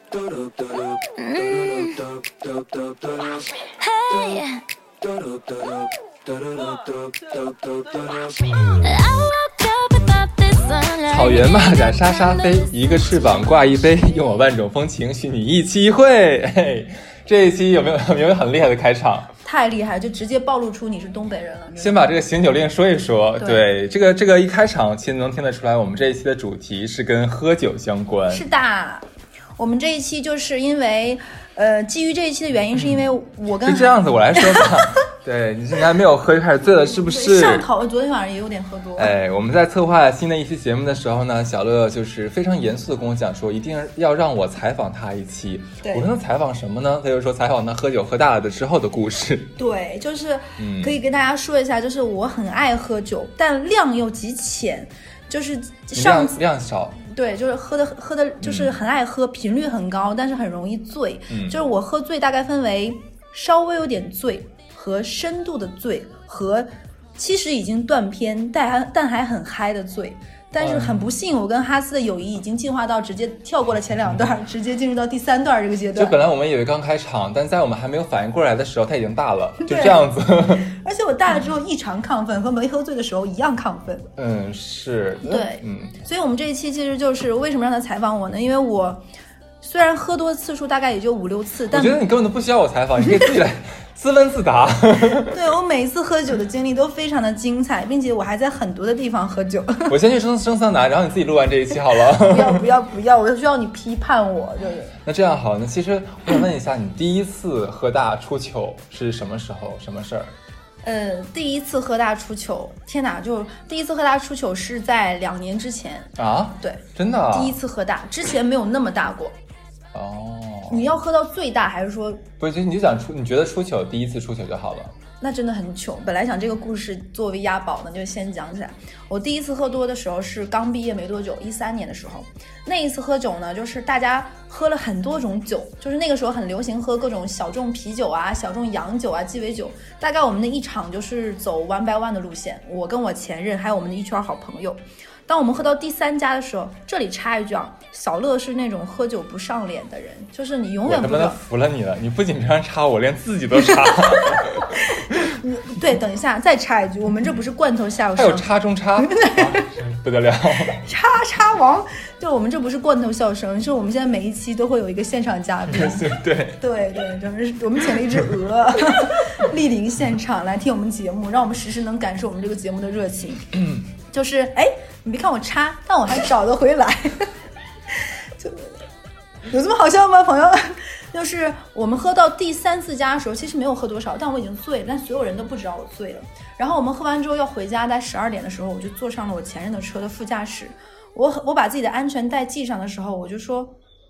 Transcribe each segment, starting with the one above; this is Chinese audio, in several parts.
草原蚂蚱沙沙飞，一个翅膀挂一杯，用我万种风情许你一期一会。嘿，这一期有没有很厉害的开场？ 太厉害，就直接暴露出你是东北人了。 先把这个醒酒令说一说。对，这个一开场其实能听得出来，我们这一期的主题是跟喝酒相关。 是的，我们这一期就是因为基于这一期的原因，是因为我跟是这样子，我来说吧。对，你还没有喝就开始醉了，是不是？ 上头，昨天晚上也有点喝多。 我们在策划新的一期节目的时候呢，小乐就是非常严肃的跟我讲说，一定要让我采访他一期。我说他采访什么呢？他就说采访他喝酒喝大了的之后的故事。对， 就是可以跟大家说一下，就是我很爱喝酒，但量又极浅，就是量少。 对，就是喝的就是很爱喝，频率很高，但是很容易醉。就是我喝醉大概分为稍微有点醉和深度的醉，和其实已经断片但还很嗨的醉。但是很不幸，我跟哈斯的友谊已经进化到直接跳过了前2段，直接进入到第3段这个阶段。 就本来我们以为刚开场，但在我们还没有反应过来的时候，它已经大了，就这样子。 而且我大了之后异常亢奋，和没喝醉的时候一样亢奋。 是。 对，所以我们这一期其实就是为什么让他采访我呢？因为我虽然喝多次数大概也就5-6次，但我觉得你根本都不需要我采访，你可以自己来自问自答。 对，我每一次喝酒的经历都非常的精彩，并且我还在很多的地方喝酒。 我先去升桑拿，然后你自己录完这一期好了。 不要，我需要你批判我，就是。 那这样好，那其实我想问一下，你第一次喝大出糗是什么时候？什么事儿？ 第一次喝大出糗，天哪！就第一次喝大出糗是在2年之前啊？ 对， 真的。 第一次喝大，之前没有那么大过。你要喝到最大，还是说不是？你就讲你觉得出糗，第一次出糗就好了。 那真的很糗。本来想这个故事作为押宝呢，就先讲起来。我第一次喝多的时候是刚毕业没多久，13年的时候。那一次喝酒呢，就是大家喝了很多种酒，就是那个时候很流行喝各种小众啤酒啊、小众洋酒啊、鸡尾酒。大概我们的一场就是走1 by 1的路线，我跟我前任还有我们的一圈好朋友。当我们喝到第3家的时候，这里插一句啊，小乐是那种喝酒不上脸的人，就是你永远不知道。 我他妈服了你了，你不仅别人插我，连自己都插。 对，等一下再插一句，我们这不是罐头笑声， 还有插中插，不得了， 插王。就我们这不是罐头笑声，是我们现在每一期都会有一个现场嘉宾。对，我们请了一只鹅莅临现场来听我们节目，让我们时时能感受我们这个节目的热情。就是你别看我插，但我还找得回来。就有这么好笑吗，朋友？就是我们喝到第3、4家的时候，其实没有喝多少，但我已经醉了，但所有人都不知道我醉了。然后我们喝完之后要回家，在12点的时候，我就坐上了我前任的车的副驾驶。我把自己的安全带系上的时候，我就说，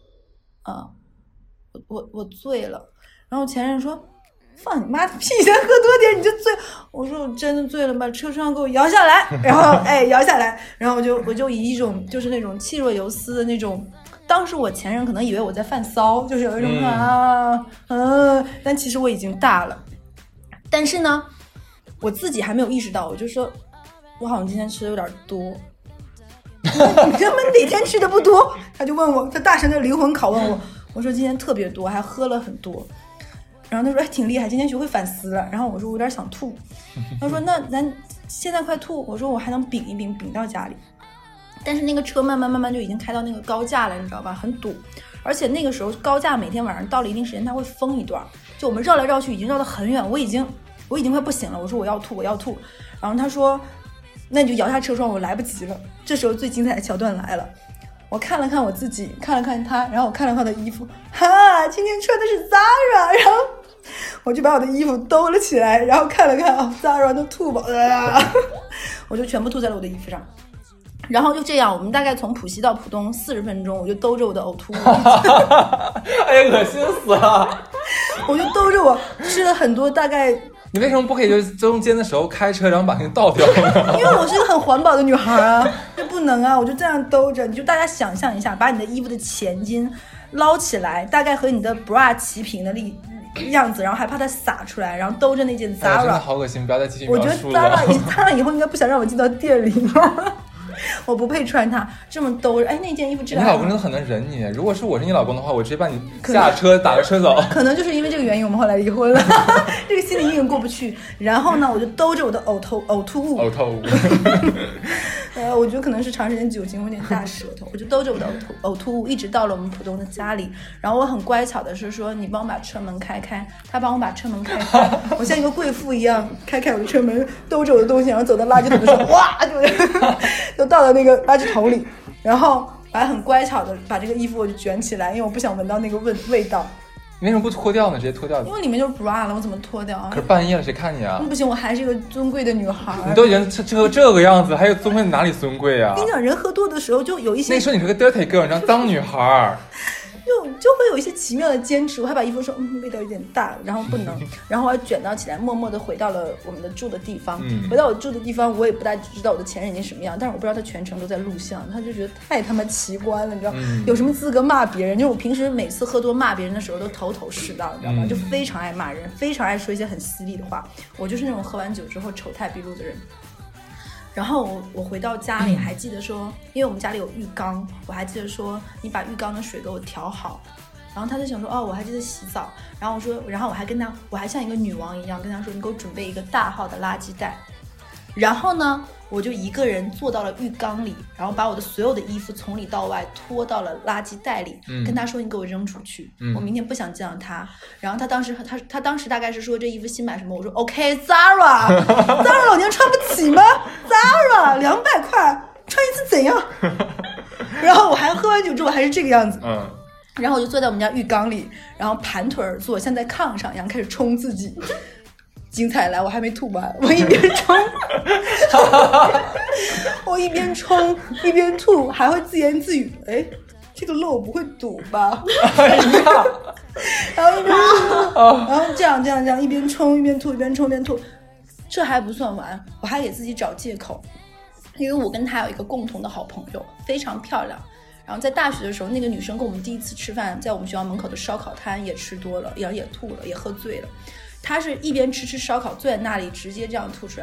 我醉了。然后前任说，放你妈的屁！先喝多点你就醉。我说我真的醉了，把车窗给我摇下来。然后摇下来，然后我就以一种就是那种气若游丝的那种。当时我前任可能以为我在犯骚，就是有一种但其实我已经大了。但是呢，我自己还没有意识到，我就说，我好像今天吃的有点多。你根本哪天吃的不多？他就问我，他大声的灵魂拷问我。我说今天特别多，还喝了很多。然后他说挺厉害，今天学会反思了。然后我说我有点想吐。他说那咱现在快吐。我说我还能丙一丙，丙到家里。但是那个车慢慢就已经开到那个高架了，你知道吧？很堵，而且那个时候高架每天晚上到了一定时间它会封一段，就我们绕来绕去已经绕得很远，我已经快不行了。我说我要吐。然后他说那你就摇下车窗，我来不及了。这时候最精彩的桥段来了，我看了看我自己，看了看他，然后我看了看我的衣服，今天穿的是 Zara， 然后我就把我的衣服兜了起来，然后看了看Zara 都吐吧，我就全部吐在了我的衣服上。然后就这样，我们大概从浦西到浦东40分钟，我就兜着我的呕吐物。 哎呀，恶心死了！ 我就兜着我吃了很多，大概。 你为什么不可以就是中间的时候开车，然后把那个倒掉呢？ 因为我是一个很环保的女孩啊，这不能啊！我就这样兜着，你就大家想象一下，把你的衣服的前襟捞起来，大概和你的 bra 齐平的样子，然后还怕它洒出来，然后兜着那件 Zara， 真的好恶心！不要再继续描述了。 我觉得 Zara 以后应该不想让我进到店里了。 我不配穿它这么兜着。哎，那件衣服质量， 你老公真的很能忍你。如果是我是你老公的话，我直接把你下车打个车走。 可能就是因为这个原因，我们后来离婚了。这个心理阴影过不去。然后呢，我就兜着我的呕吐物。我觉得可能是长时间酒精有点大舌头，我就兜着我的呕吐物一直到了我们浦东的家里。然后我很乖巧的是说，你帮我把车门开开，他帮我把车门开开，我像一个贵妇一样开我的车门，兜着我的东西，然后走到垃圾桶的时候，哇，就倒到那个垃圾桶里。然后我还很乖巧的把这个衣服我就卷起来，因为我不想闻到那个味道。 你为什么不脱掉呢？直接脱掉。 因为里面就是 bra 了，我怎么脱掉啊？ 可是半夜了，谁看你啊？ 不行，我还是一个尊贵的女孩。 你都已经这个样子，还有尊贵哪里尊贵啊？ 跟你讲，人喝多的时候就有一些。 那时候你是个 dirty girl， 你像脏女孩。 就会有一些奇妙的坚持。我还把衣服说味道有点大，然后不能，然后我还卷到起来，默默的回到了我们的住的地方。回到我住的地方，我也不大知道我的前任已经什么样，但是我不知道他全程都在录像，他就觉得太他妈奇观了，你知道？有什么资格骂别人？就我平时每次喝多骂别人的时候都头头是道，你知道吗？就非常爱骂人，非常爱说一些很犀利的话。我就是那种喝完酒之后丑态毕露的人。然后我回到家里还记得说，因为我们家里有浴缸，我还记得说你把浴缸的水给我调好。然后他就想说，哦，我还记得洗澡。然后我说，然后我还像一个女王一样跟他说，你给我准备一个大号的垃圾袋。然后呢，我就一个人坐到了浴缸里，然后把我的所有的衣服从里到外拖到了垃圾袋里，跟他说你给我扔出去，我明天不想见到他。然后他当时大概是说这衣服新买什么，我说 OK Zara 老娘穿不起吗 Zara 200块穿一次怎样？然后我还喝完酒之后还是这个样子，然后我就坐在我们家浴缸里，然后盘腿而坐，像在炕上一样开始冲自己。精彩来，我还没吐完，我一边冲，我一边冲一边吐，还会自言自语：“哎，这个漏不会堵吧？”然后一边吐，然后这样一边冲一边吐，一边冲一边吐。这还不算完，我还给自己找借口，因为我跟他有一个共同的好朋友，非常漂亮。然后在大学的时候，那个女生跟我们第一次吃饭，在我们学校门口的烧烤摊也吃多了，也吐了，也喝醉了。他是一边吃烧烤，坐在那里直接这样吐出来，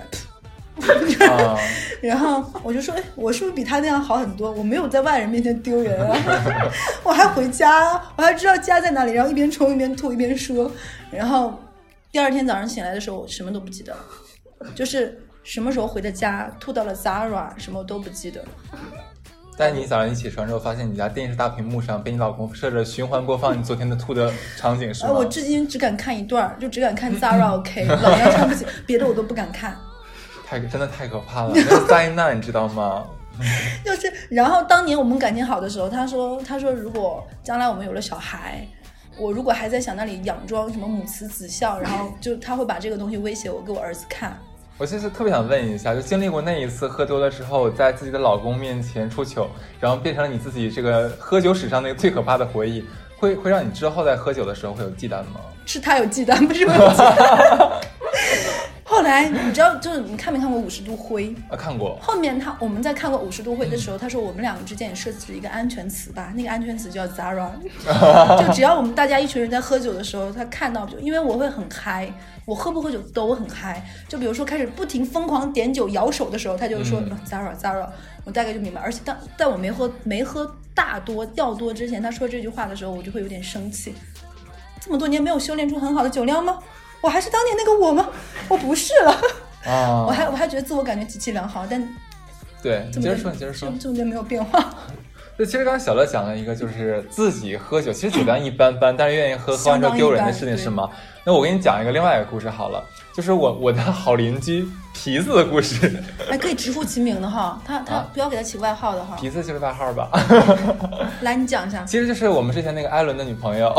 然后我就说，哎，我是不是比他那样好很多？我没有在外人面前丢人啊，我还回家，我还知道家在哪里，然后一边冲一边吐一边说，然后第二天早上醒来的时候，我什么都不记得，就是什么时候回的家，吐到了 Zara， 什么都不记得。 但你早上一起床之后，发现你家电视大屏幕上被你老公设着循环播放你昨天的吐的场景，是吗？ 我至今只敢看一段，就只敢看 Zara OK， 老娘穿不起，别的我都不敢看。 真的太可怕了，那是灾难，你知道吗？ 就是，然后当年我们感情好的时候，他说如果将来我们有了小孩，我如果还在想那里佯装什么母慈子孝，然后就他会把这个东西威胁我给我儿子看。 我其实特别想问一下，就经历过那一次喝多了之后，在自己的老公面前出糗，然后变成了你自己这个喝酒史上那个最可怕的回忆，会让你之后在喝酒的时候会有忌惮吗？ 是他有忌惮，不是我有忌惮。后来你知道，就是你看没看过50度灰啊？看过。 后面我们在看过50度灰的时候，他说我们两个之间也设置了一个安全词吧，那个安全词叫 Zara。就只要我们大家一群人在喝酒的时候，他看到就因为我会很嗨，我喝不喝酒都很嗨。就比如说开始不停疯狂点酒摇手的时候，他就说 Zara， 我大概就明白。而且在我没喝大多药多之前，他说这句话的时候，我就会有点生气。这么多年没有修炼出很好的酒量吗？我还是当年那个我吗？我不是了。我还觉得自我感觉极其良好，但对，你接着说， 中间没有变化。 其实刚刚小乐讲了一个，就是自己喝酒，其实酒量一般般，但是愿意喝完之后丢人的事情是吗？那我给你讲一个另外一个故事好了，就是我的好邻居皮子的故事。 哎，可以直呼其名的哈，他不要给他起外号的哈。 皮子就是外号吧？ 来，你讲一下。 其实就是我们之前那个艾伦的女朋友。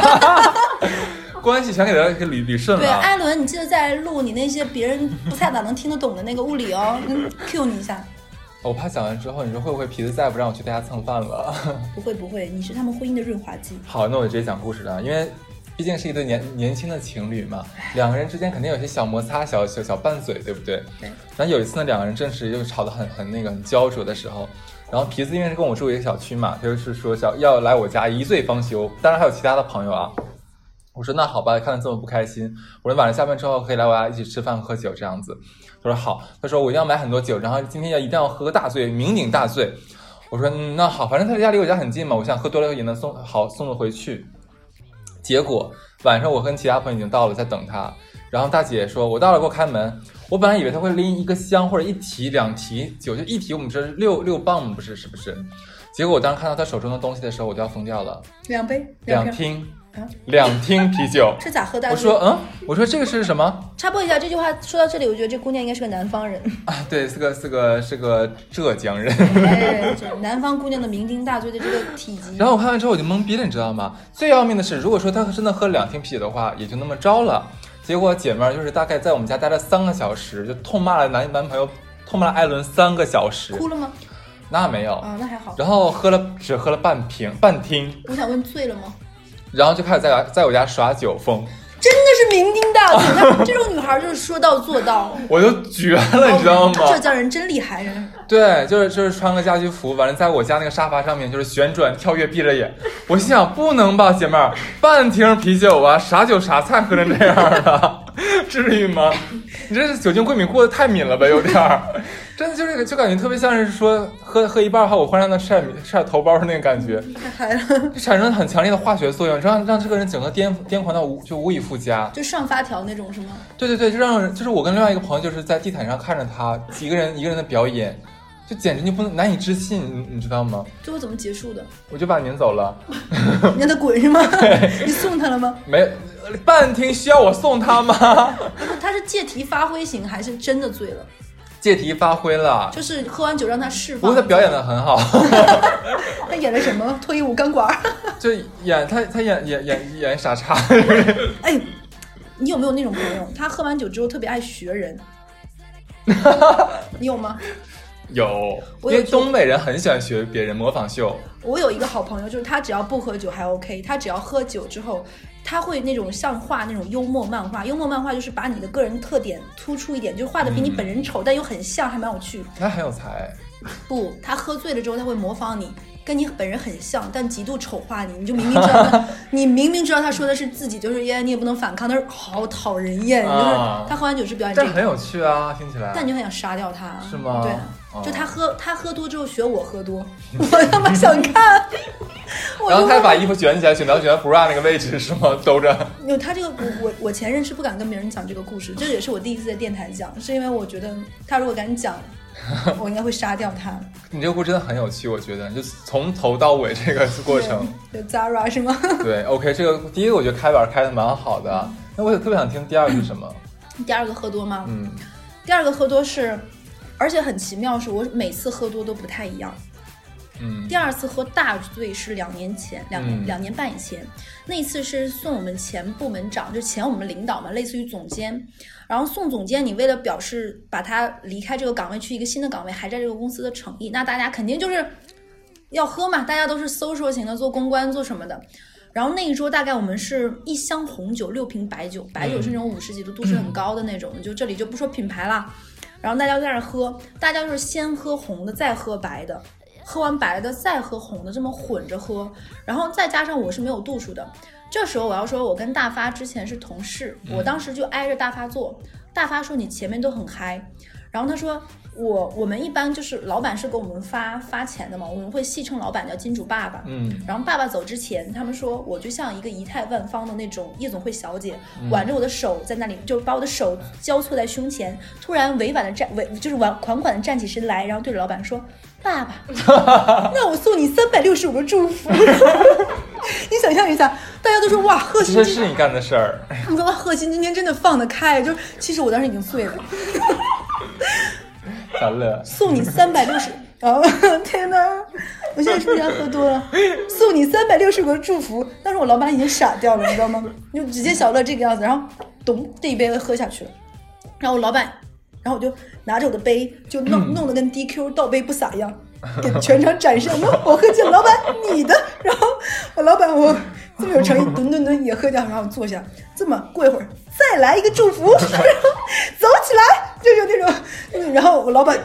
关系全给他捋顺了。 对，艾伦，你记得在录你那些别人不太咋能听得懂的那个物理哦，Q 你一下。 我怕讲完之后，你说会不会皮子再也不让我去带他蹭饭了？ 不会，你是他们婚姻的润滑剂。 好，那我直接讲故事了，因为毕竟是一对年轻的情侣嘛，两个人之间肯定有些小摩擦、小拌嘴，对不对？ 对。 然后有一次呢，两个人正是又吵得很焦灼的时候，然后皮子因为是跟我住一个小区嘛，他就是说要来我家一醉方休，当然还有其他的朋友啊。 我说那好吧，看得这么不开心，我说晚上下班之后可以来我家一起吃饭喝酒这样子。他说好，他说我一定要买很多酒，然后今天一定要喝个大醉，酩酊大醉。我说那好，反正他家离我家很近嘛，我想喝多了也能送得回去。结果晚上我跟其他朋友已经到了，在等他，然后大姐说我到了，给我开门。我本来以为他会拎一个箱或者一提2提酒，就一提我们这6磅不是，是不是？结果我当时看到他手中的东西的时候，我都要疯掉了。 2杯 2听2听啤酒， 这咋喝大？ 我说这个是什么？ 插播一下，这句话说到这里，我觉得这姑娘应该是个南方人啊，对，是个浙江人。 哎，这南方姑娘的酩酊大醉的这个体积。 然后我看完之后我就懵逼了，你知道吗？最要命的是，如果说他真的喝2听啤酒的话，也就那么着了。结果姐妹就是大概在我们家待了3个小时，就痛骂了男朋友，痛骂了艾伦3个小时。 哭了吗？ 那没有啊，那还好。 然后只喝了半听。 我想问醉了吗？ 然后就开始在我家耍酒疯， 真的是酩酊大醉。这种女孩就是说到做到， 我就绝了，你知道吗？ 浙江人真厉害人。 对，就是穿个家居服，完了在我家那个沙发上面就是旋转跳跃，闭着眼。我心想不能吧，姐妹儿，半听啤酒啊，啥酒啥菜喝成这样的，至于吗？你这酒精过敏过得太敏了吧，有点儿。真的就感觉特别像是说喝一半后，我忽然让他吃点头孢的那个感觉， 太嗨了， 产生很强烈的化学作用，让这个人整个癫狂到无以复加， 就上发条那种是吗？ 对，就是我跟另外一个朋友就是在地毯上看着他一个人的表演，就简直就难以置信，你知道吗？ 最后怎么结束的？ 我就把他撵走了。 你让他滚是吗？你送他了吗？ 没，半听需要我送他吗？ 他是借题发挥型还是真的醉了？ 借题发挥了， 就是喝完酒让他释放。 不过他表演得很好。 他演了什么？脱衣舞钢管。 就他演傻叉。 哎，你有没有那种朋友，他喝完酒之后特别爱学人？你有吗？ 有，因为东北人很喜欢学别人模仿秀。 我有一个好朋友，就是他只要不喝酒还 OK， 他只要喝酒之后，他会那种像画那种幽默漫画。幽默漫画就是把你的个人特点突出一点，就画的比你本人丑，但又很像，还蛮有趣。 他很有才。 不，他喝醉了之后，他会模仿你，跟你本人很像，但极度丑化你。你就明明知道他，你明明知道他说的是自己，就是耶，你也不能反抗，但是好讨人厌。就是他喝完酒是表演这个， 但很有趣啊，听起来。 但你就很想杀掉他， 是吗？ 对。就他喝多之后学我喝多，我他妈想看。 然后他把衣服卷起来，卷到 bra 那个位置是吗？兜着。 有他这个，我前任是不敢跟别人讲这个故事，这也是我第一次在电台讲，是因为我觉得他如果敢讲，我应该会杀掉他。 你这个故事真的很有趣，我觉得就从头到尾这个过程。 有 Zara 是吗？ 对 ，OK， 这个第一个我觉得开板开的蛮好的，那我也特别想听第二个是什么？ 第二个喝多吗？第二个喝多是。而且很奇妙，是我每次喝多都不太一样。第二次喝大醉是2年前，两年半以前，那一次是送我们前部门长，就前我们领导嘛，类似于总监。然后送总监，你为了表示把他离开这个岗位去一个新的岗位，还在这个公司的诚意，那大家肯定就是要喝嘛，大家都是 social 型的，做公关做什么的。然后那一桌大概我们是1箱红酒6瓶白酒，白酒是那种50几度，度数很高的那种，就这里就不说品牌啦。然后大家在那喝，大家就是先喝红的，再喝白的，喝完白的再喝红的，这么混着喝。然后再加上我是没有度数的，这时候我要说，我跟大发之前是同事，我当时就挨着大发坐。大发说你前面都很嗨，然后他说我们一般就是老板是给我们发钱的嘛，我们会戏称老板叫金主爸爸。然后爸爸走之前，他们说我就像一个仪态万方的那种夜总会小姐，挽着我的手在那里，就把我的手交错在胸前，突然委婉的就是款款的站起身来，然后对着老板说：“爸爸，那我送你365个祝福。”你想象一下，大家都说哇，贺鑫， 这是你干的事儿。 他们说哇，贺鑫今天真的放得开，就是其实我当时已经醉了。 好了， 送你360啊！天哪，我现在是不是要喝多了？送你360个祝福，当时我老板已经傻掉了，你知道吗？就直接小乐这个样子，然后咚，这一杯喝下去了。然后我老板，然后我就拿着我的杯，就弄得跟 DQ 倒杯不洒一样，给全场展示。我喝酒，老板你的。然后我老板我这么有诚意，吨也喝掉，然后坐下。这么过一会儿，再来一个祝福，然后走起来，就有那种。然后我老板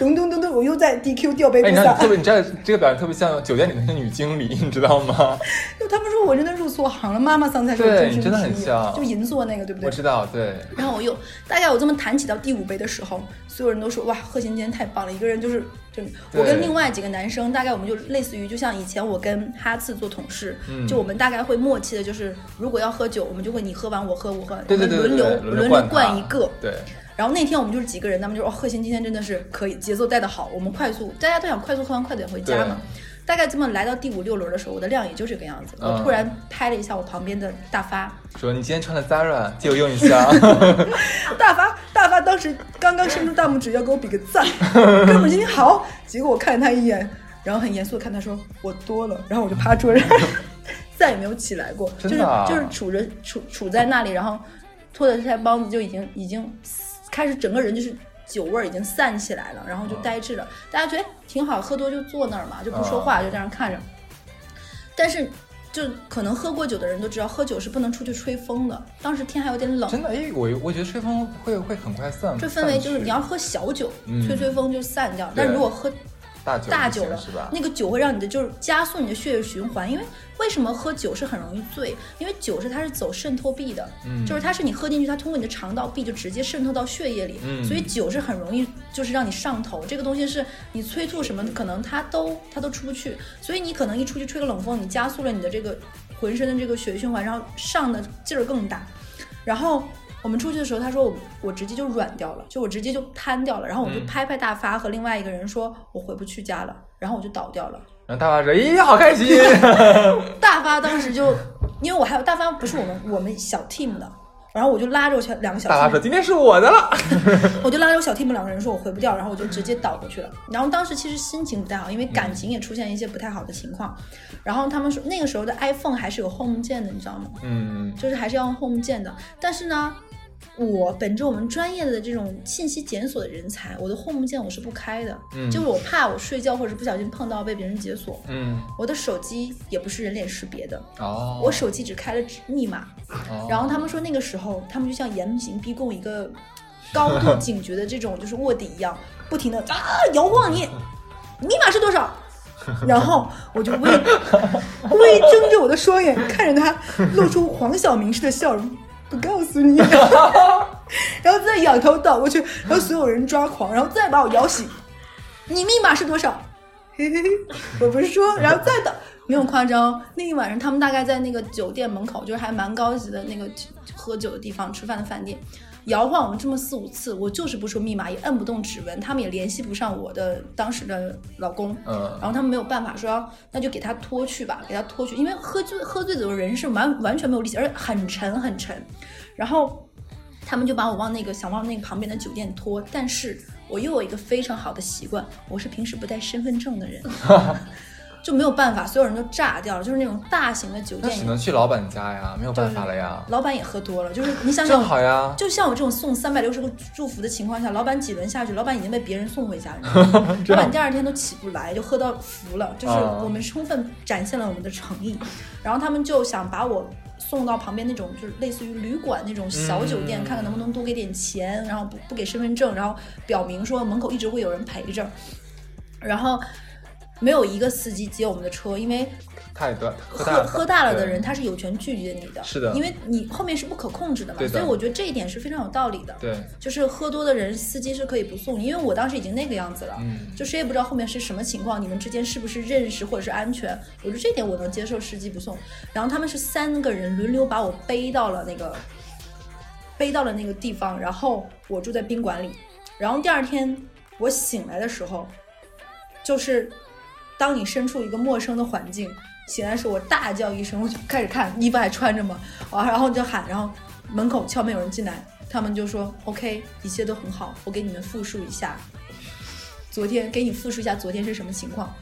咚咚咚咚，我又在 DQ 吊杯不洒。 你知道这个表现特别像酒店里的那个女经理，你知道吗？ 他们说我真的入错行了，妈妈桑才说对，你真的很像， 就银座那个，对不对？ 我知道，对。 然后大概我这么谈起到第5杯的时候，所有人都说哇，贺贤今天太棒了，一个人就是我跟另外几个男生，大概我们就类似于就像以前我跟哈次做同事，就我们大概会默契的，就是如果要喝酒，我们就会你喝完我喝， 对， 轮流灌一个， 对。 然后那天我们就是几个人，他们就说贺贤今天真的是可以，节奏带得好，我们快速，大家都想快速喝完快点回家嘛。大概这么来到第5、6轮的时候，我的量也就这个样子。我突然拍了一下我旁边的大发， 说：“你今天穿的 Zara， 借我用一下。” 大发当时刚刚伸出大拇指要给我比个赞，哥们今天好。结果我看了他一眼，然后很严肃的看他说：“我多了。”然后我就趴桌上，再也没有起来过， 真的啊、 就是杵在那里，然后拖着腮帮子就已经开始整个人就是酒味已经散起来了，然后就呆滞了。大家觉得挺好，喝多就坐那儿嘛，就不说话，就在那看着。但是就可能喝过酒的人都知道，喝酒是不能出去吹风的。当时天还有点冷， 真的，我觉得吹风会很快散。 这氛围就是你要喝小酒，吹风就散掉。但如果喝大酒了， 是吧？ 那个酒会让你的就是加速你的血液循环，因为为什么喝酒是很容易醉？因为酒它是走渗透壁的，就是它是你喝进去，它通过你的肠道壁就直接渗透到血液里，所以酒是很容易就是让你上头。这个东西是你催吐什么，可能它都出不去，所以你可能一出去吹个冷风，你加速了你的这个浑身的这个血液循环，然后上的劲儿更大，然后。我们出去的时候，他说我直接就软掉了，就我直接就瘫掉了，然后我就拍大发和另外一个人说我回不去家了，然后我就倒掉了。 然后大发说：“咦，好开心！” 大发当时就，因为我还有大发不是我们小 team 的，然后我就拉着我两个小 team， 大发说：“今天是我的了。” 我就拉着我小 team 2个人说我回不掉，然后我就直接倒过去了。然后当时其实心情不太好，因为感情也出现一些不太好的情况。然后他们说那个时候的 iPhone 还是有 Home 键的，你知道吗？就是还是要用 Home 键的，但是呢。我本着我们专业的这种信息检索的人才，我的 Home 键我是不开的，就是我怕我睡觉或者不小心碰到被别人解锁。我的手机也不是人脸识别的，我手机只开了密码。然后他们说那个时候他们就像严刑逼供一个高度警觉的这种就是卧底一样，不停的摇晃你，密码是多少？然后我就微睁着我的双眼看着他，露出黄晓明式的笑容。不告诉你，然后再仰头倒过去，然后所有人抓狂，然后再把我摇醒。你密码是多少？嘿嘿嘿，我不是说，然后再倒，没有夸张。那一晚上他们大概在那个酒店门口，就是还蛮高级的那个喝酒的地方，吃饭的饭店，摇晃我们这么4、5次，我就是不说密码，也摁不动指纹，他们也联系不上我的当时的老公，然后他们没有办法说，那就给他拖去吧，给他拖去，因为喝醉酒的人是完全没有力气，而且很沉，然后他们就把我想往那个旁边的酒店拖，但是我又有一个非常好的习惯，我是平时不带身份证的人。就没有办法，所有人都炸掉了，就是那种大型的酒店， 那只能去老板家呀，没有办法了呀。 老板也喝多了，就是你想想， 正好呀。 就像我这种送360个祝福的情况下，老板几轮下去，老板已经被别人送回家了，老板第2天都起不来，就喝到服了。就是我们充分展现了我们的诚意，然后他们就想把我送到旁边那种就是类似于旅馆那种小酒店，看看能不能多给点钱，然后不给身份证，然后表明说门口一直会有人陪着，然后。没有一个司机接我们的车，因为喝大了的人他是有权拒绝你的， 是的， 因为你后面是不可控制的嘛，所以我觉得这一点是非常有道理的。 对， 就是喝多的人司机是可以不送你，因为我当时已经那个样子了，就谁也不知道后面是什么情况，你们之间是不是认识或者是安全，我觉得这点我能接受司机不送。然后他们是3个人轮流把我背到了那个地方，然后我住在宾馆里，然后第2天我醒来的时候，就是当你身处一个陌生的环境，醒来时我大叫一声，我就开始看衣服还穿着吗？然后就喊，然后门口敲门有人进来，他们就说 OK， 一切都很好，我给你们复述一下昨天，给你复述一下昨天是什么情况。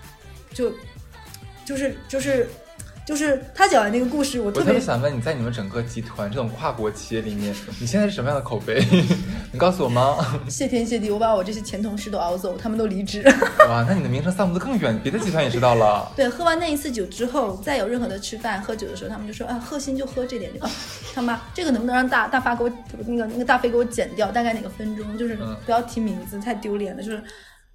就是他讲的那个故事，我特别想问你，在你们整个集团这种跨国企业里面，你现在是什么样的口碑？你告诉我吗？ 谢天谢地，我把我这些前同事都熬走，他们都离职。 哇，那你的名声散布得更远，别的集团也知道了。 对，喝完那一次酒之后，再有任何的吃饭喝酒的时候，他们就说贺鑫就喝这点就他妈这个能不能让大发给我那个大飞给我剪掉，大概哪个分钟，就是不要提名字，太丢脸了，就是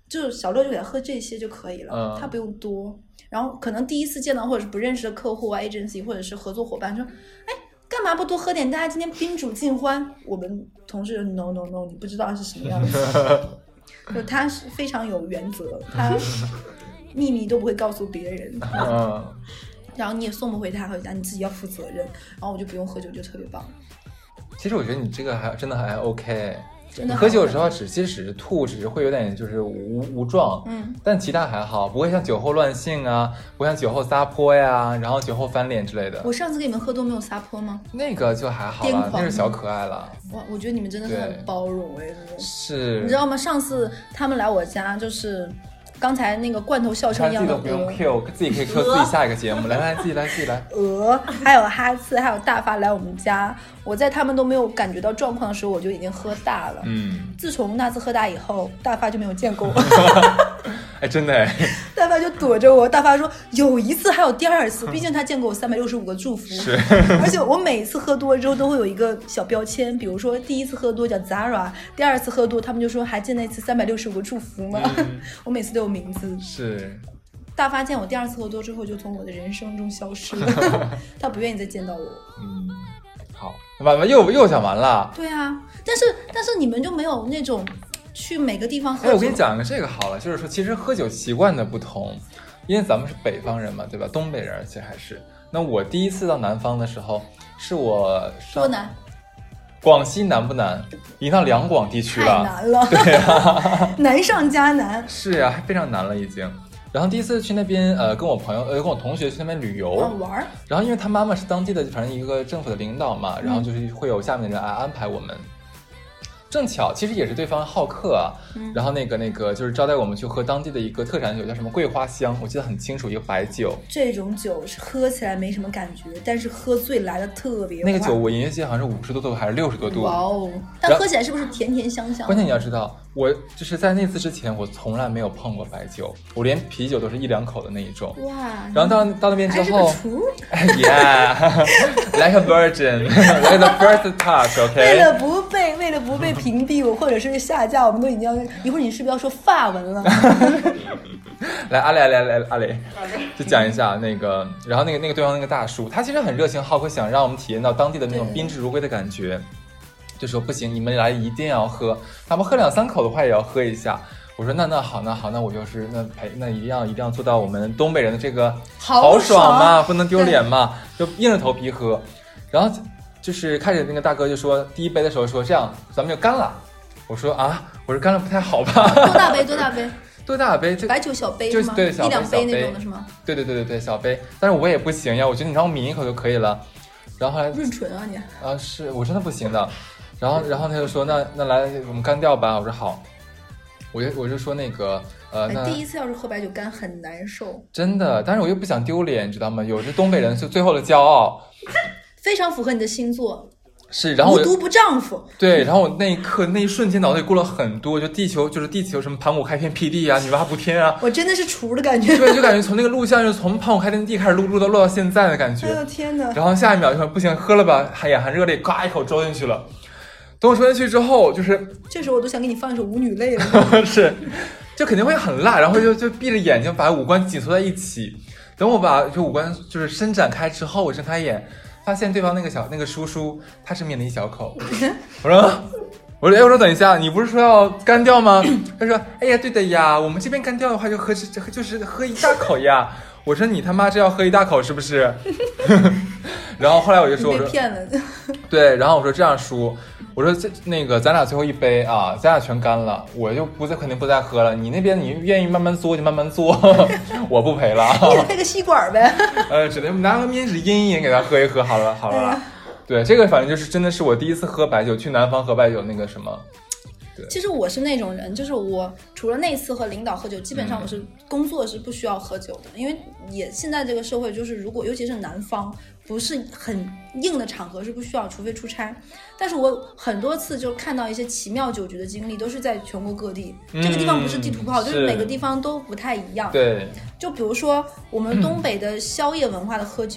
就是小乐就给他喝这些就可以了，他不用多。然后可能第一次见到或者是不认识的客户啊 agency 或者是合作伙伴说，哎，干嘛不多喝点？大家今天宾主尽欢。我们同事 no， 你不知道是什么样子。就他是非常有原则，他秘密都不会告诉别人。然后你也送不回他回家，你自己要负责任。然后我就不用喝酒，就特别棒。 其实我觉得你这个真的还 OK。喝酒的时候只是吐，只是会有点就是无状，但其他还好，不会像酒后乱性啊，不会像酒后撒泼呀，然后酒后翻脸之类的。 我上次给你们喝都没有撒泼吗？ 那个就还好了，那是小可爱了。 哇，我觉得你们真的是很包容哎， 是。 你知道吗？上次他们来我家就是。刚才那个罐头笑声一样的自己都不用 Q， 自己可以 Q 自己下一个节目。来，自己来。 还有哈次，还有大发来我们家，我在他们都没有感觉到状况的时候，我就已经喝大了。自从那次喝大以后，大发就没有见过我。 哎，真的哎。 大发就躲着我。大发说有一次还有第二次，毕竟他见过我365个祝福。 是。 而且我每次喝多了之后都会有一个小标签，比如说第一次喝多叫 Zara， 第二次喝多他们就说还记得那次365个祝福吗？我每次都有名字。 是。 大发见我第二次喝多之后就从我的人生中消失了。他不愿意再见到我。 好，完了又讲完了。 对啊，但是你们就没有那种去每个地方喝酒。 我跟你讲个这个好了，就是说其实喝酒习惯的不同，因为咱们是北方人嘛，对吧？东北人而且还是。那我第一次到南方的时候是我多难？ 广西难不难？已经到两广地区了， 太难了。 对啊， 难上加难。 是啊，非常难了已经。然后第一次去那边，跟我朋友，跟我同学去那边旅游玩。 然后因为他妈妈是当地的，反正一个政府的领导嘛，然后就是会有下面的人来安排我们。正巧，其实也是对方好客啊，然后那个就是招待我们去喝当地的一个特产酒，叫什么桂花香，我记得很清楚，一个白酒。 这种酒是喝起来没什么感觉，但是喝醉来的特别快。 那个酒我隐约记得好像是50多度还是60多度。 哇哦！但喝起来是不是甜甜香香？ 关键你要知道，我就是在那次之前，我从来没有碰过白酒，我连啤酒都是1-2口的那一种。 哇！ 然后到那边之后， 还是个厨，Yeah，like a virgin，like the first touch，OK。 为了不被屏蔽我或者是下架，我们都已经要一会儿你是不是要说法文了？ 来阿雷，就讲一下那个，然后那个对方那个大叔，他其实很热情好客，想让我们体验到当地的那种宾至如归的感觉，就说不行，你们来一定要喝，哪怕喝2-3口的话也要喝一下。我说那好，那我就是那一定要做到我们东北人的这个豪爽嘛，不能丢脸嘛，就硬着头皮喝。然后就是开始那个大哥就说第一杯的时候说这样咱们就干了。我说干了不太好吧？多大杯？ 白酒小杯就是对小杯 1-2杯那种的是吗？ 对小杯。但是我也不行呀，我觉得你让我抿一口就可以了。然后后来润唇啊你啊，是我真的不行的。然后他就说那来我们干掉吧。我说好。我就说那个第一次要是喝白酒干很难受， 真的。但是我又不想丢脸，你知道吗？有着东北人是最后的骄傲， 非常符合你的星座。 是，然后无毒不丈夫。 对，然后我那一刻那一瞬间脑袋里过了很多，就地球什么盘古开天辟地啊，女娲补天啊， 我真的是厨的感觉。 对，就感觉从那个录像就从盘古开天地开始录到现在的感觉。 哎呦天哪！ 然后下一秒就说不行，喝了吧，眼含热泪，嘎一口抽进去了。等我抽进去之后，就是这时候我都想给你放一首舞女泪了。 是，就肯定会很辣，然后就闭着眼睛把五官紧缩在一起。等我把就五官就是伸展开之后，我睁开眼。发现对方那个叔叔，他是抿了一小口。我说等一下，你不是说要干掉吗？他说哎呀对的呀，我们这边干掉的话就是喝一大口呀。我说你他妈这要喝一大口是不是？然后后来我就说被骗了。 对，然后我说这样叔，我说那个咱俩最后一杯啊，咱俩全干了，我就肯定不再喝了。你那边你愿意慢慢嘬就慢慢嘬，我不赔了。 你配个吸管呗。 只能拿个面纸阴一阴给他喝一喝，好了。对，这个反正就是真的是我第一次喝白酒，去南方喝白酒那个什么。 其实我是那种人，就是我除了那次和领导喝酒，基本上我是工作是不需要喝酒的，因为现在这个社会就是如果尤其是南方不是很硬的场合是不需要，除非出差。但是我很多次就看到一些奇妙酒局的经历，都是在全国各地。这个地方不是地图炮，就是每个地方都不太一样。 对， 就比如说我们东北的宵夜文化的喝酒，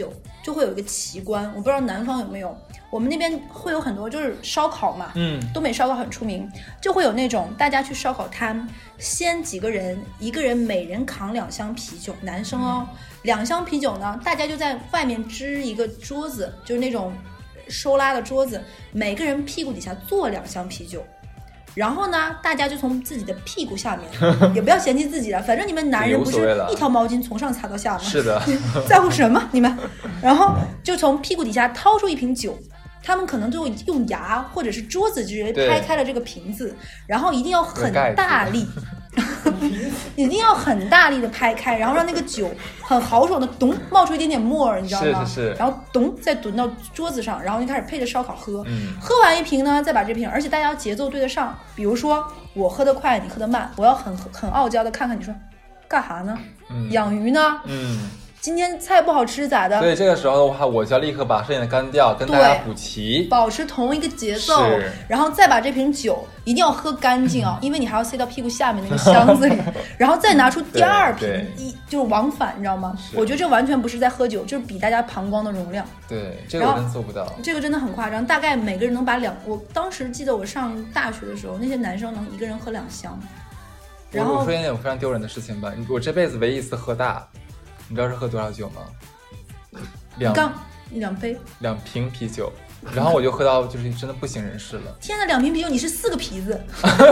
就会有一个奇观，我不知道南方有没有，我们那边会有很多就是烧烤嘛，东北烧烤很出名，就会有那种大家去烧烤摊，先几个人，一个人每人扛2箱啤酒，男生哦，2箱啤酒呢，大家就在外面支一个桌子，就是那种收拉的桌子，每个人屁股底下坐2箱啤酒。然后呢，大家就从自己的屁股下面，也不要嫌弃自己了，反正你们男人不是一条毛巾从上擦到下吗？ 是的， 在乎什么你们？然后就从屁股底下掏出一瓶酒，他们可能就用牙或者是桌子直接拍开了这个瓶子，然后一定要很大力，一定要很大力的拍开，然后让那个酒很豪爽的咚冒出一点点沫儿，你知道吗？ 是。 然后咚再蹲到桌子上，然后就开始配着烧烤喝。喝完一瓶呢，再把这瓶，而且大家节奏对得上。比如说我喝得快，你喝得慢，我要很傲娇的看看你说干啥呢？养鱼呢？今天菜不好吃咋的？ 所以这个时候的话，我就要立刻把剩下的干掉，跟大家补齐， 保持同一个节奏，然后再把这瓶酒一定要喝干净哦，因为你还要塞到屁股下面那个箱子里，然后再拿出第2瓶，就是往返，你知道吗？我觉得这完全不是在喝酒，就是比大家膀胱的容量。 对，这个我真做不到， 这个真的很夸张，大概每个人能把我当时记得我上大学的时候，那些男生能一个人喝2箱。然后我说一件非常丢人的事情吧，我这辈子唯一一次喝大。你知道是喝多少酒吗？2 杯 ，2瓶啤酒，然后我就喝到就是真的不省人事了。 天哪，2瓶啤酒，你是4个啤子？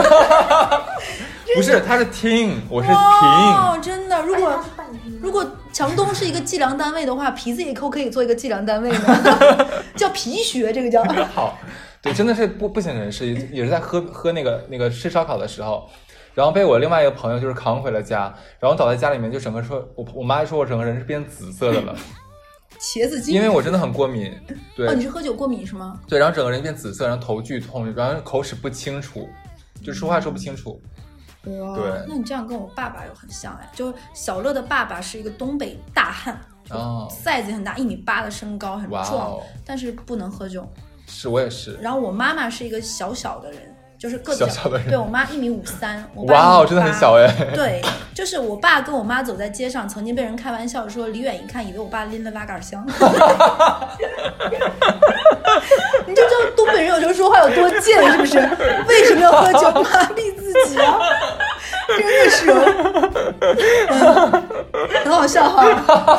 不是，他是听，我是瓶。 哦，真的，如果强东是一个计量单位的话，啤子也可以做一个计量单位呢，叫皮学，这个叫。 好，对，真的是不省人事，也是在喝那个吃烧烤的时候。然后被我另外一个朋友就是扛回了家，然后倒在家里面，就整个说，我妈说我整个人是变紫色的了， 茄子精， 因为我真的很过敏。对， 你是喝酒过敏是吗？ 对，然后整个人变紫色，然后头剧痛，然后口齿不清楚，就说话说不清楚。 哇， 对， 那你这样跟我爸爸有很像哎，就小乐的爸爸是一个东北大汉，size 很大，1.8米的身高，很壮，但是不能喝酒。 是我也是。 然后我妈妈是一个小小的人。就是个子小的人， 对，我妈1.53米，我爸哇，真的很小哎。 对，就是我爸跟我妈走在街上，曾经被人开玩笑说，离远一看以为我爸拎了拉杆箱。你就知道东北人有时候说话有多贱，是不是？为什么要喝酒麻痹自己啊？真的是，很好笑哈。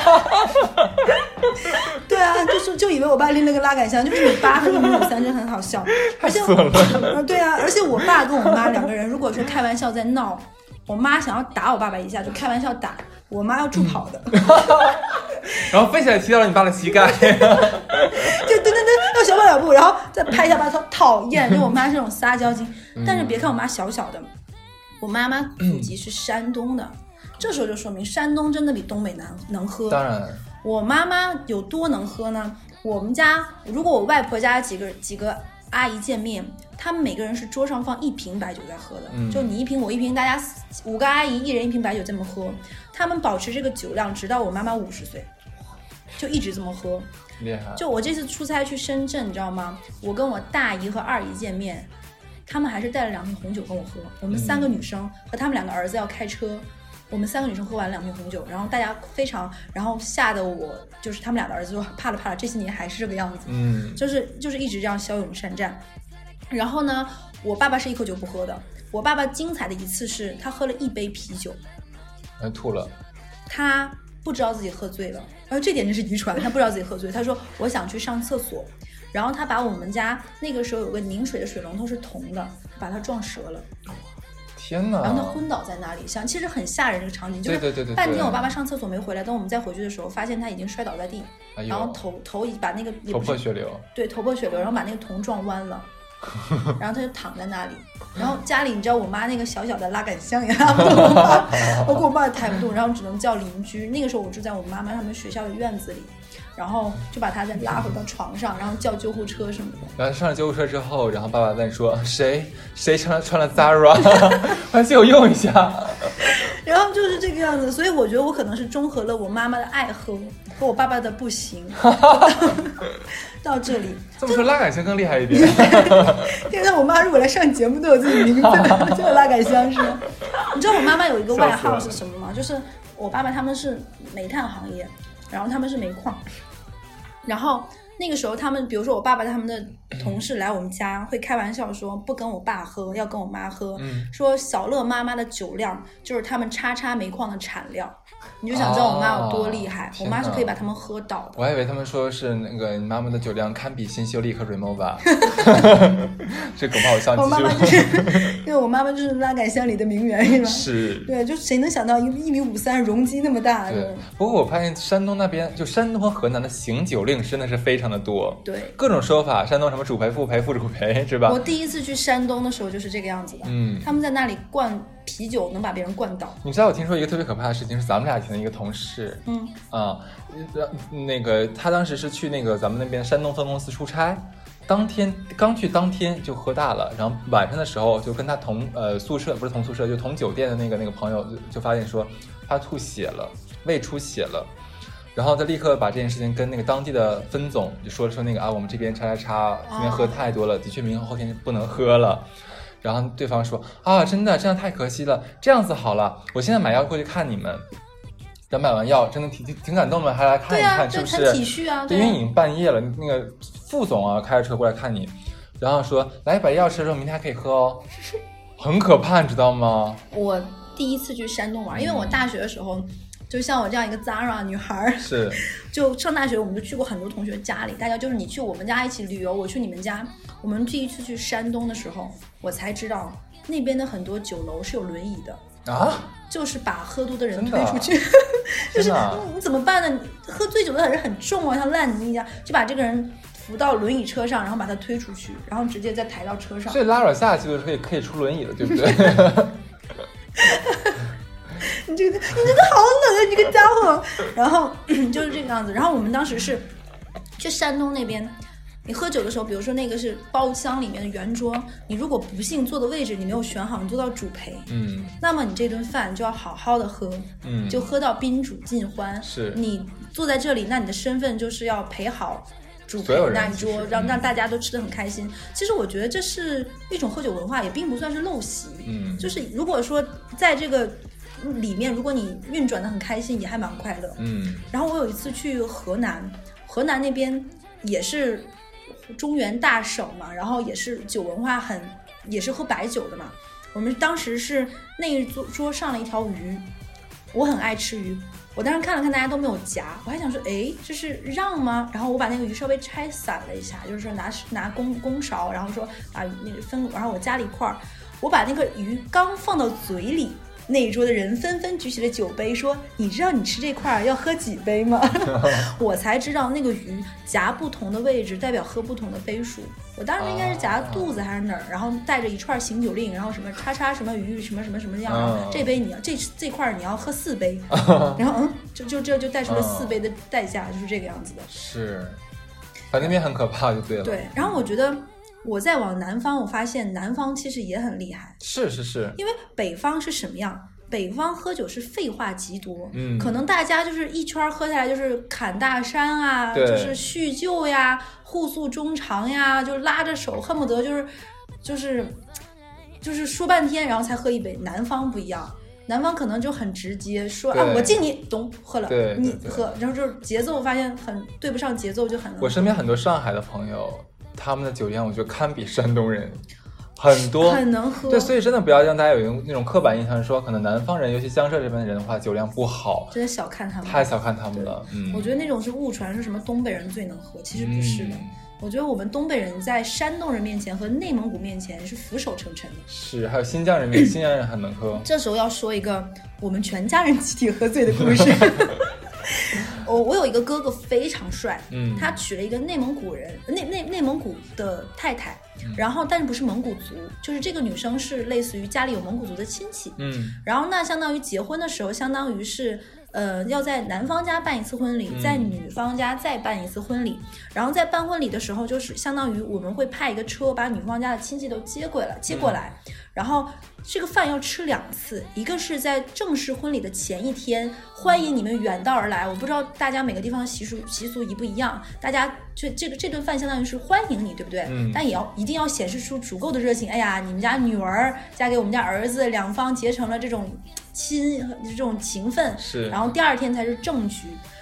对啊，就以为我爸拎了个拉杆箱，就1.8米和1.53米，真的很好笑。而且对啊，而且我爸跟我妈2个人，如果说开玩笑在闹，我妈想要打我爸爸一下，就开玩笑打，我妈要助跑的。 然后飞起来踢到了你爸的膝盖，就噔，要小跑2步，然后再拍一下把头，讨厌。就我妈是那种撒娇精，但是别看我妈小小的，我妈妈祖籍是山东的，这时候就说明山东真的比东北能喝。 当然， 我妈妈有多能喝呢？我们家如果我外婆家几个阿姨见面，他们每个人是桌上放1瓶白酒在喝的，就你1瓶我1瓶，大家5个阿姨1人1瓶白酒这么喝，他们保持这个酒量直到我妈妈50岁，就一直这么喝， 厉害。 就我这次出差去深圳，你知道吗？我跟我大姨和二姨见面，他们还是带了2瓶红酒跟我喝，我们3个女生和他们2个儿子要开车，我们3个女生喝完2瓶红酒，然后大家非常，然后吓得我就是他们2个儿子说怕了，这些年还是这个样子，就是一直这样骁勇善战。然后呢，我爸爸是一口酒不喝的，我爸爸精彩的一次是他喝了1杯啤酒， 吐了， 他不知道自己喝醉了，然后这点真是遗传，他不知道自己喝醉，他说我想去上厕所，然后他把我们家那个时候有个拧水的水龙头是铜的，把它撞折了。 天哪！ 然后他昏倒在那里，其实很吓人这个场景，就是半天我爸爸上厕所没回来，等我们再回去的时候，发现他已经摔倒在地，然后头把那个头破血流， 对，头破血流，然后把那个铜撞弯了，然后他就躺在那里，然后家里你知道我妈那个小小的拉杆箱也拉不动，我跟我爸也抬不动，然后只能叫邻居。那个时候我住在我妈妈他们学校的院子里，然后就把他再拉回到床上，然后叫救护车什么的。 然后上了救护车之后，然后爸爸问说谁穿了 Zara， 还借我用一下。 然后就是这个样子，所以我觉得我可能是综合了我妈妈的爱喝和我爸爸的不行到这里。 这么说拉杆箱更厉害一点。 现在我妈如果来上节目都有自己名字，这个拉杆箱是吗？你知道我妈妈有一个外号是什么吗？就是我爸爸他们是煤炭行业，然后他们是煤矿， 然后那个时候他们比如说我爸爸他们的同事来我们家会开玩笑说不跟我爸喝，要跟我妈喝，说小乐妈妈的酒量就是他们叉叉煤矿的产量，你就想知道我妈有多厉害，我妈是可以把他们喝倒的。 我还以为他们说是那个你妈妈的酒量堪比新秀丽和 Remova 这恐怕我像我妈妈就是因为我妈妈就是拉杆乡里的名媛是吧？ 是， 对，就谁能想到1.53米容积那么大。 对，不过我发现山东那边就山东和河南的行酒令真的是非常的多， 对， 各种说法，山东什么主陪副陪副主陪是吧？ 我第一次去山东的时候就是这个样子的，他们在那里灌啤酒能把别人灌倒。你知道我听说一个特别可怕的事情是咱们俩以前的一个同事，那个他当时是去那个咱们那边山东分公司出差，当天就喝大了，然后晚上的时候就跟他同宿舍，不是同宿舍，就同酒店的那个朋友就发现说他吐血了，胃出血了。然后他立刻把这件事情跟那个当地的分总就说那个我们这边叉今天喝太多了，的确明后天不能喝了。然后对方说真的这样太可惜了，这样子好了，我现在买药过去看你们。然后买完药真的挺感动的，还来看一看，是不是？ 很体恤啊。 对，因为已经半夜了，那个副总开着车过来看你，然后说来把药吃了，明天还可以喝哦。很可怕，你知道吗？ 我第一次去山东玩，因为我大学的时候。就像我这样一个 Zara 女孩， 是， 就上大学我们就去过很多同学家里，大家就是你去我们家一起旅游，我去你们家。我们第一次去山东的时候，我才知道那边的很多酒楼是有轮椅的啊， 就是把喝多的人推出去，就是你怎么办呢？喝醉酒的人很重啊，像烂泥一样，就把这个人扶到轮椅车上，然后把他推出去，然后直接再抬到车上。 所以拉尔下去的时候也可以出轮椅了，对不对？ 你这个好冷啊，你这个家伙！然后就是这个样子。然后我们当时是去山东那边，你喝酒的时候，比如说那个是包厢里面的圆桌，你如果不幸坐的位置你没有选好，你坐到主陪，那么你这顿饭就要好好的喝，就喝到宾主尽欢。 是， 你坐在这里，那你的身份就是要陪好主陪那一桌，让大家都吃得很开心。其实我觉得这是一种喝酒文化，也并不算是陋习。就是如果说在这个里面，如果你运转得很开心，也还蛮快乐。然后我有一次去河南那边也是中原大省嘛，然后也是酒文化也是喝白酒的嘛。我们当时是那一桌上了一条鱼，我很爱吃鱼，我当时看了看大家都没有夹，我还想说这是让吗？然后我把那个鱼稍微拆散了一下，就是拿公勺，然后说把那个分，然后我夹了一块，我把那个鱼刚放到嘴里，那一桌的人纷纷举起了酒杯，说你知道你吃这块要喝几杯吗？我才知道那个鱼夹不同的位置代表喝不同的杯数，我当时应该是夹肚子还是哪儿，然后带着一串行酒令，然后什么叉什么鱼什么什么什么样，然后这杯你要这块你要喝4杯，然后就带出了4杯的代价，就是这个样子的。 是，反正那边很可怕就对了。 对，然后我觉得我再往南方，我发现南方其实也很厉害。 是， 因为北方是什么样？北方喝酒是废话极多，可能大家就是一圈喝下来就是侃大山啊，就是叙旧呀，互诉衷肠呀，就拉着手，恨不得就是说半天，然后才喝一杯。南方不一样，南方可能就很直接说我敬你，懂，喝了，你喝，然后就是节奏发现很对不上节奏，就很。 我身边很多上海的朋友，他们的酒量我觉得堪比山东人。很多很能喝， 对，所以真的不要让大家有那种刻板印象，说可能南方人，尤其江浙这边的人的话，酒量不好， 真的小看他们， 太小看他们了。 我觉得那种是误传，说什么东北人最能喝，其实不是的。我觉得我们东北人在山东人面前和内蒙古面前是俯首称臣的。 是，还有新疆人新疆人很能喝。 这时候要说一个我们全家人集体喝醉的故事。我有一个哥哥非常帅，他娶了一个内蒙古人，内蒙古的太太，然后但是不是蒙古族，就是这个女生是类似于家里有蒙古族的亲戚，然后那相当于结婚的时候，相当于是要在男方家办一次婚礼，在女方家再办一次婚礼，然后在办婚礼的时候，就是相当于我们会派一个车把女方家的亲戚都接过来，然后这个饭要吃2次，一个是在正式婚礼的前一天，欢迎你们远道而来。我不知道大家每个地方习俗一不一样，大家这顿饭相当于是欢迎你，对不对？但也一定要显示出足够的热情。哎呀，你们家女儿嫁给我们家儿子，两方结成了这种情分， 是。 然后第2天才是正局。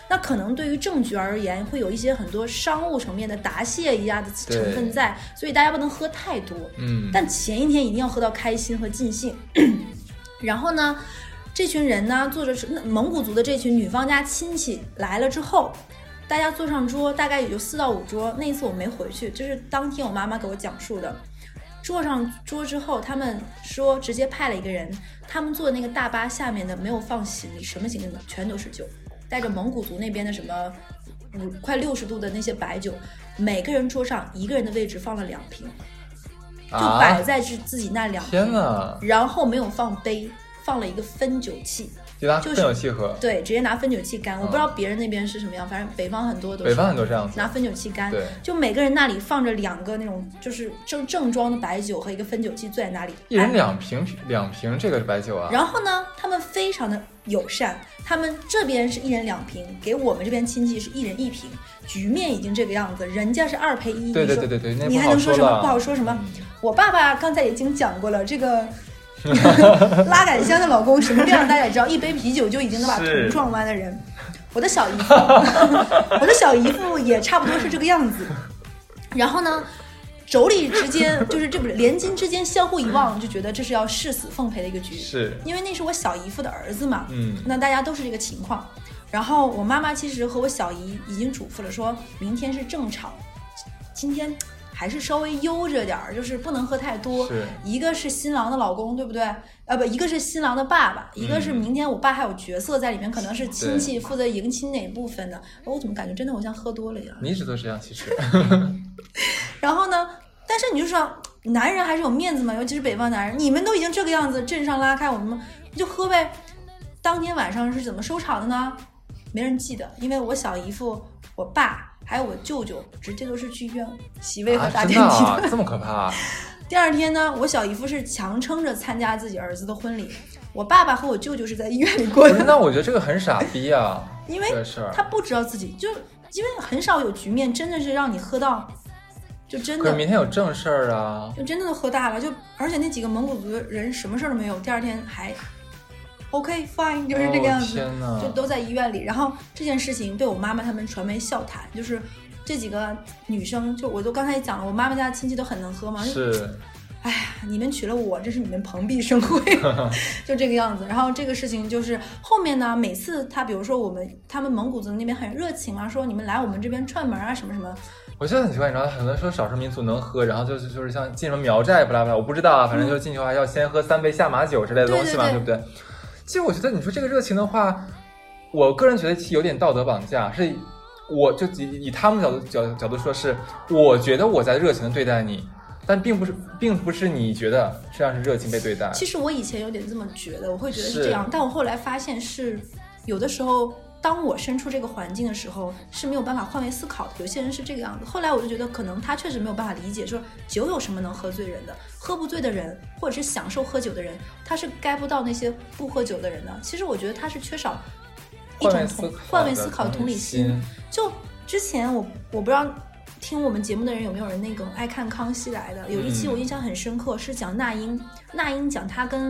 那可能对于正局而言，会有一些很多商务层面的答谢一样的成分在，所以大家不能喝太多。但前一天一定要喝到开心和尽兴。然后呢，这群人呢，坐着是蒙古族的这群女方家亲戚来了之后，大家坐上桌，大概也就4到5桌。那一次我没回去，这是当天我妈妈给我讲述的。坐上桌之后，他们说直接派了一个人，他们坐的那个大巴下面的没有放行李，什么行李呢？全都是酒，带着蒙古族那边的什么快60度的那些白酒，每个人桌上一个人的位置放了2瓶，就摆在自己那2瓶。 天哪！ 然后没有放杯，放了一个分酒器。 就拿分酒器喝， 对，直接拿分酒器干。我不知道别人那边是什么样，反正北方很多都是。 北方很多这样子， 拿分酒器干。 对， 就每个人那里放着2个那种就是正装的白酒和一个分酒器，坐在那里。 一人2瓶这个白酒啊。 然后呢，他们非常的友善，他们这边是1人2瓶，给我们这边亲戚是1人1瓶。局面已经这个样子，人家是2赔1。 对， 你还能说什么？不好说什么。我爸爸刚才已经讲过了，这个。拉杆箱的老公什么样大家也知道，一杯啤酒就已经能把头撞弯的人。我的小姨夫也差不多是这个样子。然后呢，妯娌之间就是这不连襟之间相互一望，就觉得这是要誓死奉陪的一个局。 是因为那是我小姨夫的儿子嘛，那大家都是这个情况。然后我妈妈其实和我小姨已经嘱咐了，说明天是正场，今天还是稍微悠着点儿，就是不能喝太多。一个是新郎的老公，对不对？一个是新郎的爸爸，一个是明天我爸还有角色在里面，可能是亲戚负责迎亲哪一部分的。我怎么感觉真的我像喝多了一样？ 你一直都这样，其实。 然后呢？但是你就说，男人还是有面子嘛，尤其是北方男人。你们都已经这个样子，阵上拉开，我们就喝呗。当天晚上是怎么收场的呢？没人记得，因为我小姨夫、我爸。还有我舅舅直接都是去医院洗胃和打点滴的， 这么可怕。 第二天呢，我小姨夫是强撑着参加自己儿子的婚礼，我爸爸和我舅舅是在医院里过的。 那我觉得这个很傻逼啊， 因为他不知道自己就因为很少有局面真的是让你喝到，就真的。 可是明天有正事儿啊， 就真的都喝大了，就而且那几个蒙古族的人什么事儿都没有，第二天还。OK fine 就是这个样子，就都在医院里。然后这件事情被我妈妈他们传为笑谈，就是这几个女生，就我都刚才讲了，我妈妈家的亲戚都很能喝嘛。 是， 哎呀，你们娶了我，这是你们蓬荜生辉，就这个样子。然后这个事情就是后面呢，每次他比如说他们蒙古族那边很热情嘛，说你们来我们这边串门啊什么什么。 我觉得很奇怪，你知道，很多人说少数民族能喝，然后就是像进什么苗寨不拉不拉，我不知道啊，反正就是进去的话要先喝3杯下马酒之类的东西嘛，对不对？其实我觉得你说这个热情的话，我个人觉得有点道德绑架，是我就以他们角度说，是我觉得我在热情的对待你，但并不是你觉得这样是热情被对待。 其实我以前有点这么觉得，我会觉得是这样，但我后来发现是有的时候当我身处这个环境的时候是没有办法换位思考的，有些人是这个样子。后来我就觉得可能他确实没有办法理解说酒有什么能喝醉人的，喝不醉的人或者是享受喝酒的人，他是该不到那些不喝酒的人的。其实我觉得他是缺少一种换位思考的同理心。就之前我不知道听我们节目的人有没有人那个爱看康熙来的，有一期我印象很深刻，是讲那英讲他跟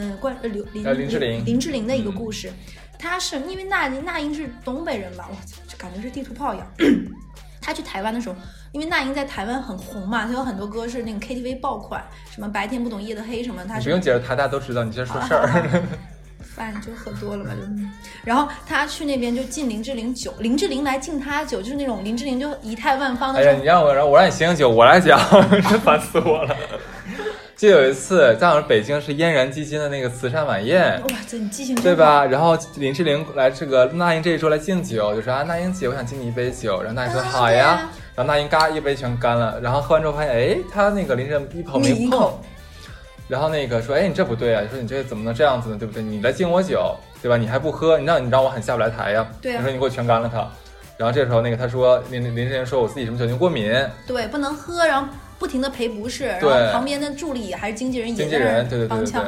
林志玲的一个故事。他是因为那英是东北人吧，我就感觉是地图炮一样。他去台湾的时候，因为那英在台湾很红嘛，他有很多歌是那个 KTV 爆款，什么白天不懂夜的黑什么。他不用解释他，大家都知道，你接着说事儿。 饭就喝多了嘛，就然后他去那边就敬林志玲酒，林志玲来敬他酒，就是那种林志玲就仪态万方的。哎呀，你让我让你醒醒酒，我来讲，真烦死我了。就有一次，在北京是嫣然基金的那个慈善晚宴， 哇，这你记性对吧？然后林志玲来这个那英这一桌来敬酒，就说啊，那英姐，我想敬你一杯酒。然后那英说好呀，然后那英嘎一杯全干了，然后喝完之后发现，哎，他那个林志玲一口没碰。然后那个说，哎，你这不对啊！你说你这怎么能这样子呢？对不对？你来敬我酒，对吧？你还不喝，你让我很下不来台呀。 对啊。 你说你给我全干了它。然后这时候那个他说林志玲说我自己什么酒精过敏， 对，不能喝，然后不停的赔不是，然后旁边的助理还是经纪人也在那帮腔。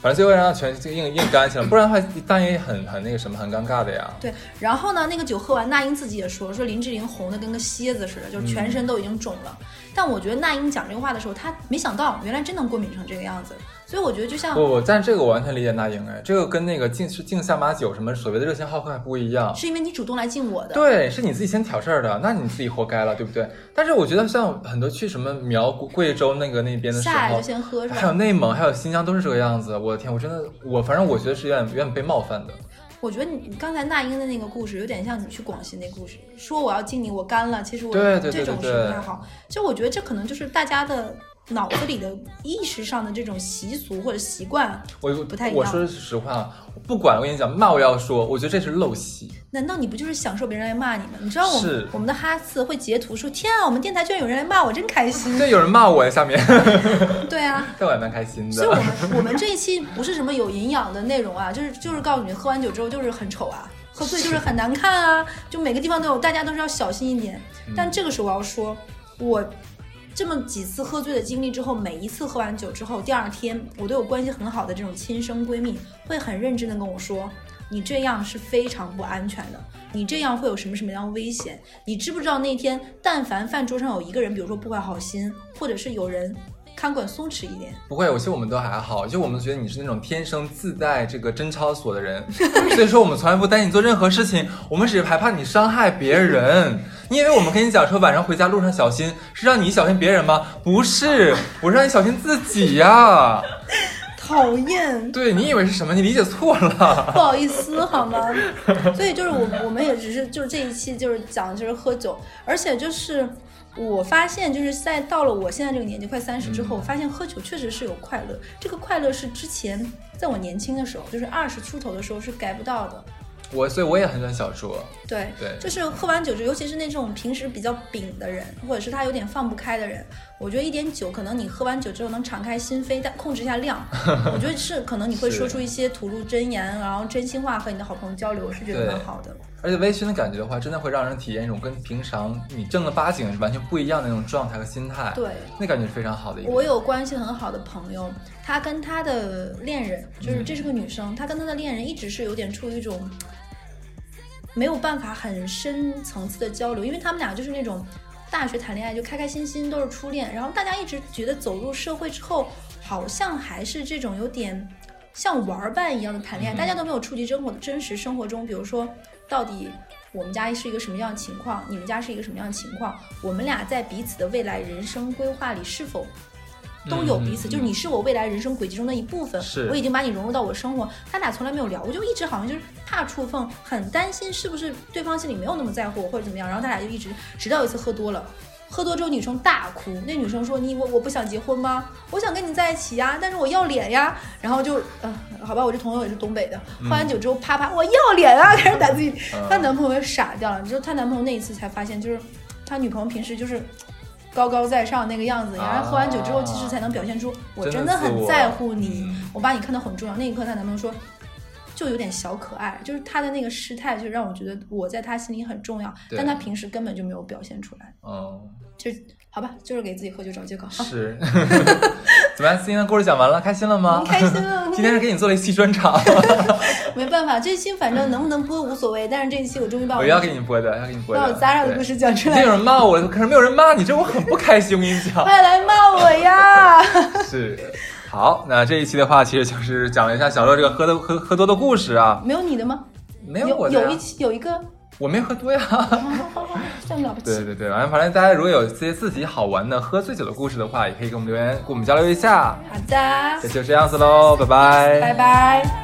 反正最后让全硬干起来，不然的话大英也很那个什么，很尴尬的呀。 对，然后呢，那个酒喝完，那英自己也说林志玲红的跟个蝎子似的，就是全身都已经肿了。但我觉得那英讲这个话的时候，她没想到原来真能过敏成这个样子。所以我觉得就像但这个我完全理解那英这个跟那个敬下马酒什么所谓的热情好客还不一样， 是因为你主动来敬我的， 对，是你自己先挑事儿的，那你自己活该了，对不对？但是我觉得像很多去什么苗贵州那边的时候， 下来就先喝是吧？ 还有内蒙，还有新疆都是这个样子。我的天，我真的反正我觉得是有点被冒犯的。 我觉得你刚才那英的那个故事有点像你去广西那故事，说我要敬你，我干了，其实我这种是不太好。就我觉得这可能就是大家的脑子里的意识上的这种习俗或者习惯不太一样。 我说实话，不管我跟你讲骂我要说，我觉得这是陋习。 难道你不就是享受别人来骂你吗？你知道我们的哈次会截图说，天啊，我们电台居然有人来骂我，真开心。 对，有人骂我下面。 对啊， 但我也蛮开心的。 所以我们这一期不是什么有营养的内容啊，就是告诉你，喝完酒之后就是很丑啊，喝醉就是很难看啊，就每个地方都有，大家都是要小心一点。但这个时候我要说，我这么几次喝醉的经历之后，每一次喝完酒之后，第二天我都有关系很好的这种亲生闺蜜会很认真的跟我说，你这样是非常不安全的，你这样会有什么什么样的危险，你知不知道那天但凡饭桌上有一个人比如说不怀好心，或者是有人看管松弛一点。 不会，其实我们都还好，就我们觉得你是那种天生自带这个贞操锁的人，所以说我们从来不担心你做任何事情，我们只是害怕你伤害别人。你以为我们跟你讲说晚上回家路上小心，是让你小心别人吗？不是，我是让你小心自己呀。 讨厌， 对，你以为是什么？你理解错了， 不好意思好吗？所以就是我们也只是就是这一期就是讲就是喝酒，而且就是我发现就是在到了我现在这个年纪快30之后，我发现喝酒确实是有快乐，这个快乐是之前在我年轻的时候，就是20出头的时候是改不到的。 所以我也很喜欢小酌。 对，就是喝完酒之后，尤其是那种平时比较秉的人，或者是他有点放不开的人，我觉得一点酒可能你喝完酒之后能敞开心扉，但控制一下量。我觉得是可能你会说出一些吐露真言，然后真心话和你的好朋友交流，是觉得蛮好的。 而且微醺的感觉的话，真的会让人体验一种跟平常你正儿八经完全不一样的那种状态和心态。 对， 那感觉是非常好的一个。 我有关系很好的朋友，他跟他的恋人，就是这是个女生，她跟她的恋人一直是有点处于一种没有办法很深层次的交流，因为他们俩就是那种大学谈恋爱就开开心心都是初恋，然后大家一直觉得走入社会之后好像还是这种有点像玩伴一样的谈恋爱，大家都没有触及真实生活中，比如说到底我们家是一个什么样的情况，你们家是一个什么样的情况，我们俩在彼此的未来人生规划里是否都有彼此，就是你是我未来人生轨迹中的一部分，我已经把你融入到我生活，他俩从来没有聊，我就一直好像就是怕触碰，很担心是不是对方心里没有那么在乎我或者怎么样，然后他俩就一直直到有一次喝多之后女生大哭，那女生说我不想结婚吗？我想跟你在一起呀，但是我要脸呀，然后就好吧，我这朋友也是东北的，喝完酒之后啪我要脸啊，开始打自己，她男朋友也傻掉了，你知道她男朋友那一次才发现，就是他女朋友平时就是高高在上那个样子，然后喝完酒之后其实才能表现出我真的很在乎你，我把你看得很重要。那一刻她男朋友说就有点小可爱，就是他的那个失态就让我觉得我在他心里很重要，但他平时根本就没有表现出来。就是好吧，就是给自己喝酒找借口。 是怎么样，今天的故事讲完了，开心了吗？ 开心了。 今天是给你做了一期专场。 没办法，这期反正能不能播无所谓，但是这一期我终于把我要给你播的， 把我 Zara 的故事讲出来。 有人骂我，可是没有人骂你，这我很不开心。我跟你讲， 快来骂我呀！ 是。好，那这一期的话，其实就是讲了一下小乐这个喝多的故事啊。 没有你的吗？ 没有我的呀。 有一个。 我没喝多呀。 这么了不起。 对，反正大家如果有些自己好玩的喝醉酒的故事的话，也可以给我们留言，跟我们交流一下。 好的， 这就这样子喽，拜拜。 拜拜。